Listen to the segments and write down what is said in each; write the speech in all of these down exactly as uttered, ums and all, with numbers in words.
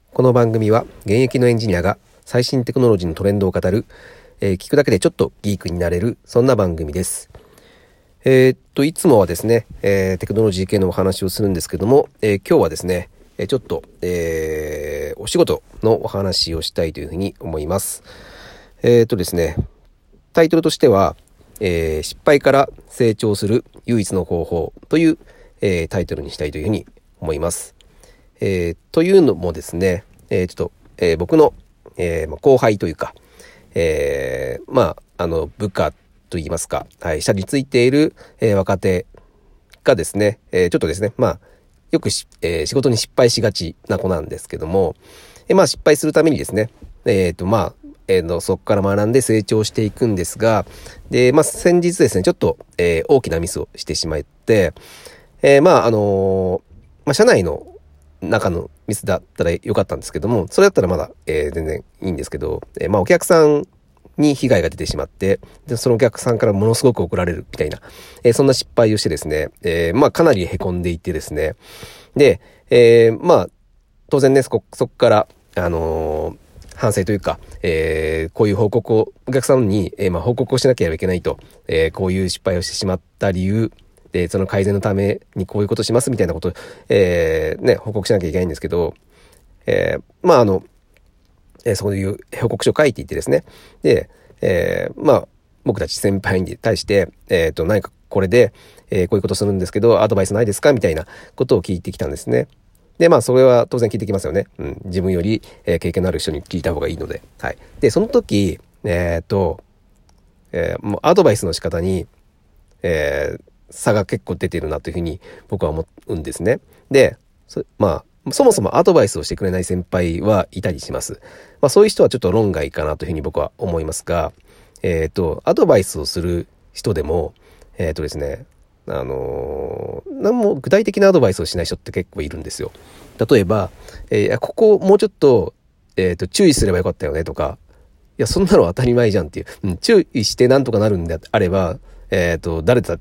この番組は現役のエンジニアが最新テクノロジーのトレンドを語る、えー、聞くだけでちょっとギークになれる、そんな番組です。えー、っといつもはですね、えー、テクノロジー系のお話をするんですけども、えー、今日はですね、えー、ちょっと、えー、お仕事のお話をしたいというふうに思います。えー、っとですね、タイトルとしては、えー、失敗から成長する唯一の方法という、えー、タイトルにしたいというふうに思います。えー、というのもですね、えー、ちょっと、えー、僕の、えー、後輩というか、えー、まあ、あの、部下といいますか、はい、下についている、えー、若手がですね、えー、ちょっとですね、まあ、よくし、えー、仕事に失敗しがちな子なんですけども、えー、まあ、失敗するためにですね、えっと、まあ、えー、のそこから学んで成長していくんですが、で、まあ、先日ですね、ちょっと、えー、大きなミスをしてしまって、えー、まあ、あのー、まあ、社内の中のミスだったらよかったんですけども、それだったらまだ、えー、全然いいんですけど、えー、まあお客さんに被害が出てしまって、でそのお客さんからものすごく怒られるみたいな、えー、そんな失敗をしてですね、えー、まあかなり凹んでいってですね、で、えー、まあ当然ね、そこ、そこから、あのー、反省というか、えー、こういう報告を、お客さんに、えー、まあ報告をしなければいけないと、えー、こういう失敗をしてしまった理由、で、その改善のためにこういうことしますみたいなことを、えー、ね、報告しなきゃいけないんですけど、えー、まあ、あの、えー、そういう報告書を書いていってですね。で、えー、まあ、僕たち先輩に対して、えっと、何かこれで、えー、こういうことするんですけど、アドバイスないですかみたいなことを聞いてきたんですね。で、まあ、それは当然聞いてきますよね。うん。自分より、えー、経験のある人に聞いた方がいいので。はい。で、その時、えっと、えー、もうアドバイスの仕方に、えー、差が結構出てるなというふうに僕は思うんですね。で、そまあ、そもそもアドバイスをしてくれない先輩はいたりします。まあそういう人はちょっと論外かなというふうに僕は思いますが、えっと、アドバイスをする人でも、えっとですね、あのー、何も具体的なアドバイスをしない人って結構いるんですよ。例えば、えー、ここもうちょっと、えっと、注意すればよかったよねとか、いや、そんなの当たり前じゃんっていう、うん、注意してなんとかなるんであれば、えっと、誰だって、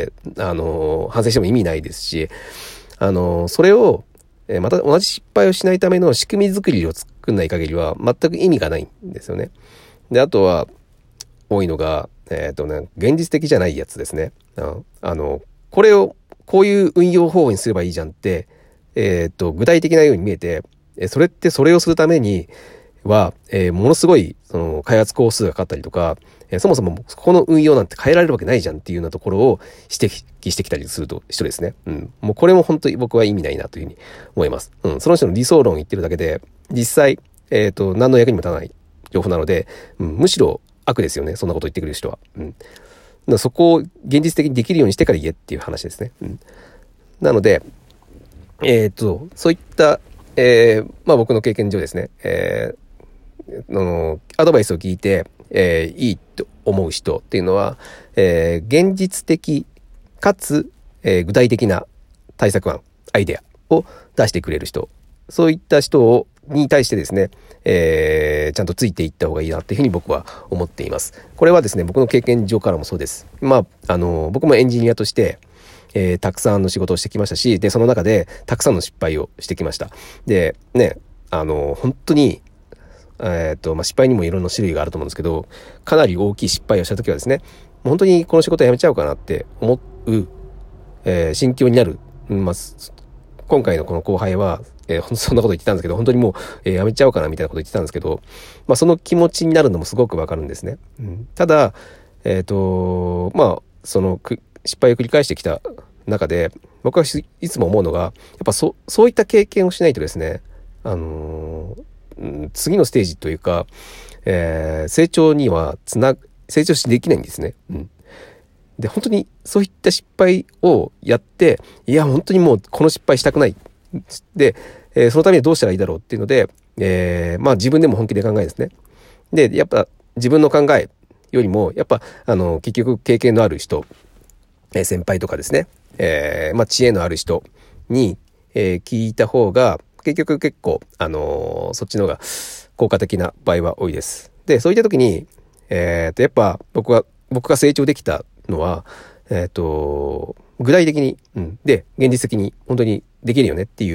あのー、反省しても意味ないですし、あのー、それを、えー、また同じ失敗をしないための仕組み作りを作んない限りは全く意味がないんですよね。で、あとは、多いのが、えっとね、現実的じゃないやつですね。あ、あの、これを、こういう運用方法にすればいいじゃんって、えっと、具体的なように見えて、それってそれをするために、は、えー、ものすごい、その、開発工数がかかったりとか、えー、そもそもこの運用なんて変えられるわけないじゃんっていうようなところを指摘してきたりすると人ですね。うん。もうこれも本当に僕は意味ないなというふうに思います。うん。その人の理想論を言ってるだけで、実際、えっと、何の役にも立たない情報なので、うん、むしろ悪ですよね。そんなこと言ってくる人は。うん。だからそこを現実的にできるようにしてから言えっていう話ですね。うん。なので、えっと、そういった、えー、まあ僕の経験上ですね、えー、あのアドバイスを聞いて、えー、いいと思う人っていうのは、えー、現実的かつ、えー、具体的な対策案、アイデアを出してくれる人、そういった人をに対してですね、えー、ちゃんとついていった方がいいなっていうふうに僕は思っています。これはですね、僕の経験上からもそうです。まあ、あの僕もエンジニアとして、えー、たくさんの仕事をしてきましたし、でその中でたくさんの失敗をしてきました。でね、あの本当にえっと、まあ、失敗にもいろんな種類があると思うんですけど、かなり大きい失敗をしたときはですね、本当にこの仕事やめちゃおうかなって思う、えー、心境になる。うん、まあ、今回のこの後輩は、えー、そんなこと言ってたんですけど、本当にもう、えー、やめちゃおうかなみたいなこと言ってたんですけど、まあ、その気持ちになるのもすごくわかるんですね。うん、ただ、えっと、まあ、その失敗を繰り返してきた中で、僕はいつも思うのが、やっぱそ、そういった経験をしないとですね、あのー次のステージというか、えー、成長にはつな、成長しできないんですね。うん。で、本当にそういった失敗をやって、いや、本当にもうこの失敗したくない。で、えー、そのためにどうしたらいいだろうっていうので、えー、まあ自分でも本気で考えるんですね。で、やっぱ自分の考えよりも、やっぱ、あの、結局経験のある人、えー、先輩とかですね、えー、まあ知恵のある人に、えー、聞いた方が、結局結構、あのー、そっちの方が効果的な場合は多いです。で、そういった時に、えっと、やっぱ僕は、僕が成長できたのは、えっと、具体的に、うん、で、現実的に本当にできるよねっていう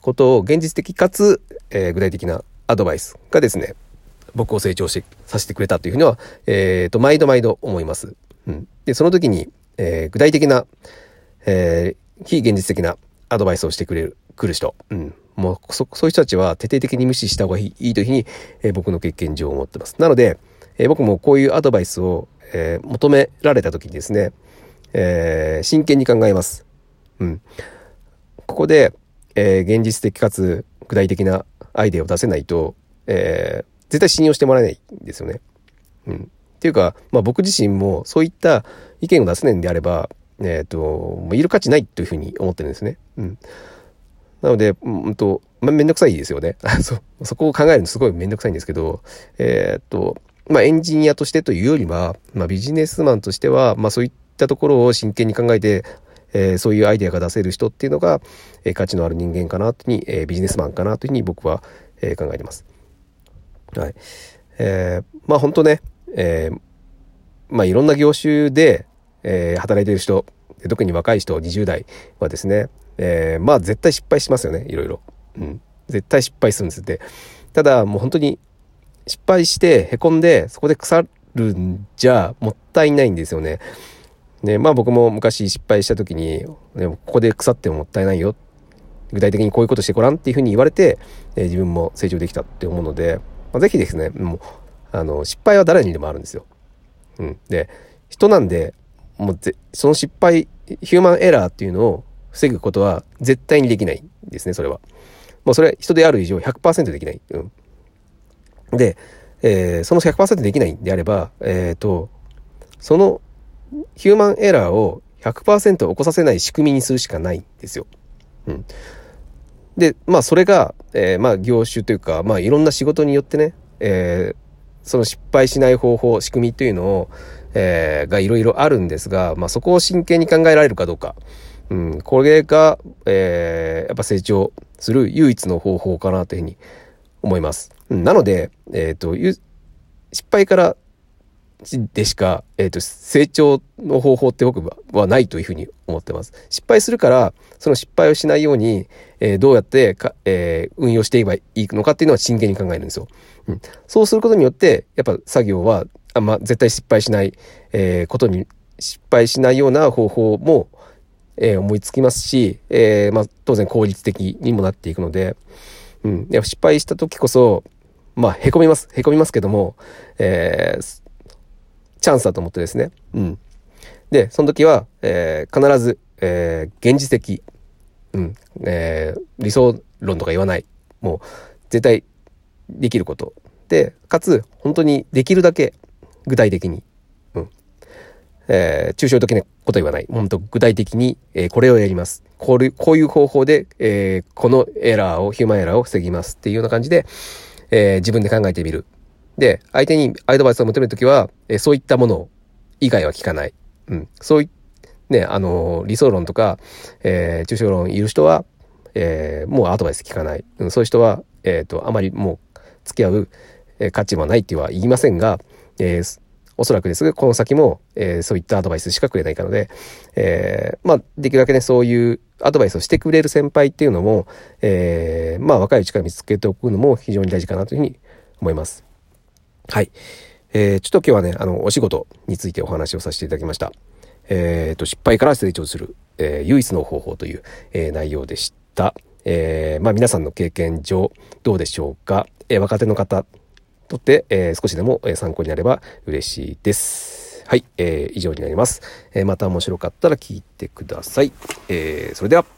ことを現実的かつ、えー、具体的なアドバイスがですね、僕を成長しさせてくれたというふうには、えー、と毎度毎度思います。うん、でその時に、えー、具体的な、えー、非現実的なアドバイスをしてくれる来る人、うん、もう そ, そういう人たちは徹底的に無視した方がいいというふうに、えー、僕の経験上思ってます。なので、えー、僕もこういうアドバイスを、えー、求められた時にですね、えー、真剣に考えます。うん、ここで、えー、現実的かつ具体的なアイデアを出せないと、えー、絶対信用してもらえないんですよね。うん、っていうか、まあ、僕自身もそういった意見を出せないんであれば、えーと、もういる価値ないというふうに思ってるんですね。うん、なので、うんと、まあ、めんどくさいですよね。そ、そこを考えるのすごいめんどくさいんですけど、えーと、まあ、エンジニアとしてというよりは、まあ、ビジネスマンとしては、まあ、そういったところを真剣に考えて、えー、そういうアイデアが出せる人っていうのが、えー、価値のある人間かなというふうに、えー、ビジネスマンかなというふうに僕は、えー、考えてます。はい。えー、まあ本当ね、えー、まあいろんな業種で、えー、働いている人、特に若い人、にじゅう代はですね、えー、まあ絶対失敗しますよね、いろいろ。うん。絶対失敗するんですって。ただもう本当に失敗してへこんで、そこで腐るんじゃもったいないんですよね。ね、まあ僕も昔失敗した時に、でもここで腐ってももったいないよ。具体的にこういうことしてごらんっていうふうに言われて、えー、自分も成長できたって思うので、まあ、ぜひですね、もう、あの、失敗は誰にでもあるんですよ。うん。で、人なんで、もうぜ、その失敗、ヒューマンエラーっていうのを防ぐことは絶対にできないんですね、それは。もうそれは人である以上 ひゃくパーセント できない。うん。で、えー、その ひゃくパーセント できないんであれば、えっと、そのヒューマンエラーを ひゃくパーセント 起こさせない仕組みにするしかないんですよ。うん。で、まあそれが、えー、まあ業種というか、まあいろんな仕事によってね、えー、その失敗しない方法、仕組みというのを、えー、がいろいろあるんですが、まあそこを真剣に考えられるかどうか。うん、これが、えー、やっぱ成長する唯一の方法かなというふうに思います。うん、なので、えっと、失敗からでしか、えっと、成長の方法って僕はないというふうに思ってます。失敗するから、その失敗をしないように、えー、どうやってか、えー、運用していけばいいのかっていうのは真剣に考えるんですよ。うん、そうすることによって、やっぱ作業は、あんま絶対失敗しない、えー、ことに、失敗しないような方法も、えー、思いつきますし、えー、まあ、当然効率的にもなっていくので、うん、やっぱ失敗した時こそ、まあ、へこみます。へこみますけども、えー、チャンスだと思ってですね。うん。で、その時は、えー、必ず、えー、現実的、うん、えー、理想論とか言わない。もう、絶対できること。で、かつ、本当にできるだけ具体的に、うん。えー、抽象的なこと言わない。本当具体的に、えー、これをやります。こういう、こういう方法で、えー、このエラーを、ヒューマンエラーを防ぎますっていうような感じで、えー、自分で考えてみる。で、相手にアドバイスを求めるときは、えー、そういったもの以外は聞かない。うん。そういね、あのー、理想論とか、えー、抽象論言う人は、えー、もうアドバイス聞かない。うん、そういう人は、えっと、あまりもう付き合う、えー、価値はないっては言いませんが、えー、おそらくですが、この先も、えー、そういったアドバイスしかくれないかので、えー、まあ、できるだけね、そういうアドバイスをしてくれる先輩っていうのも、えー、まあ、若いうちから見つけておくのも非常に大事かなというふうに思います。はい。えー、ちょっと今日はね、あの、お仕事についてお話をさせていただきました。えーと、失敗から成長する、えー、唯一の方法という、えー、内容でした。えー、まあ皆さんの経験上どうでしょうか。えー、若手の方とって、えー、少しでも参考になれば嬉しいです。はい、えー、以上になります。えー、また面白かったら聞いてください。えー、それでは。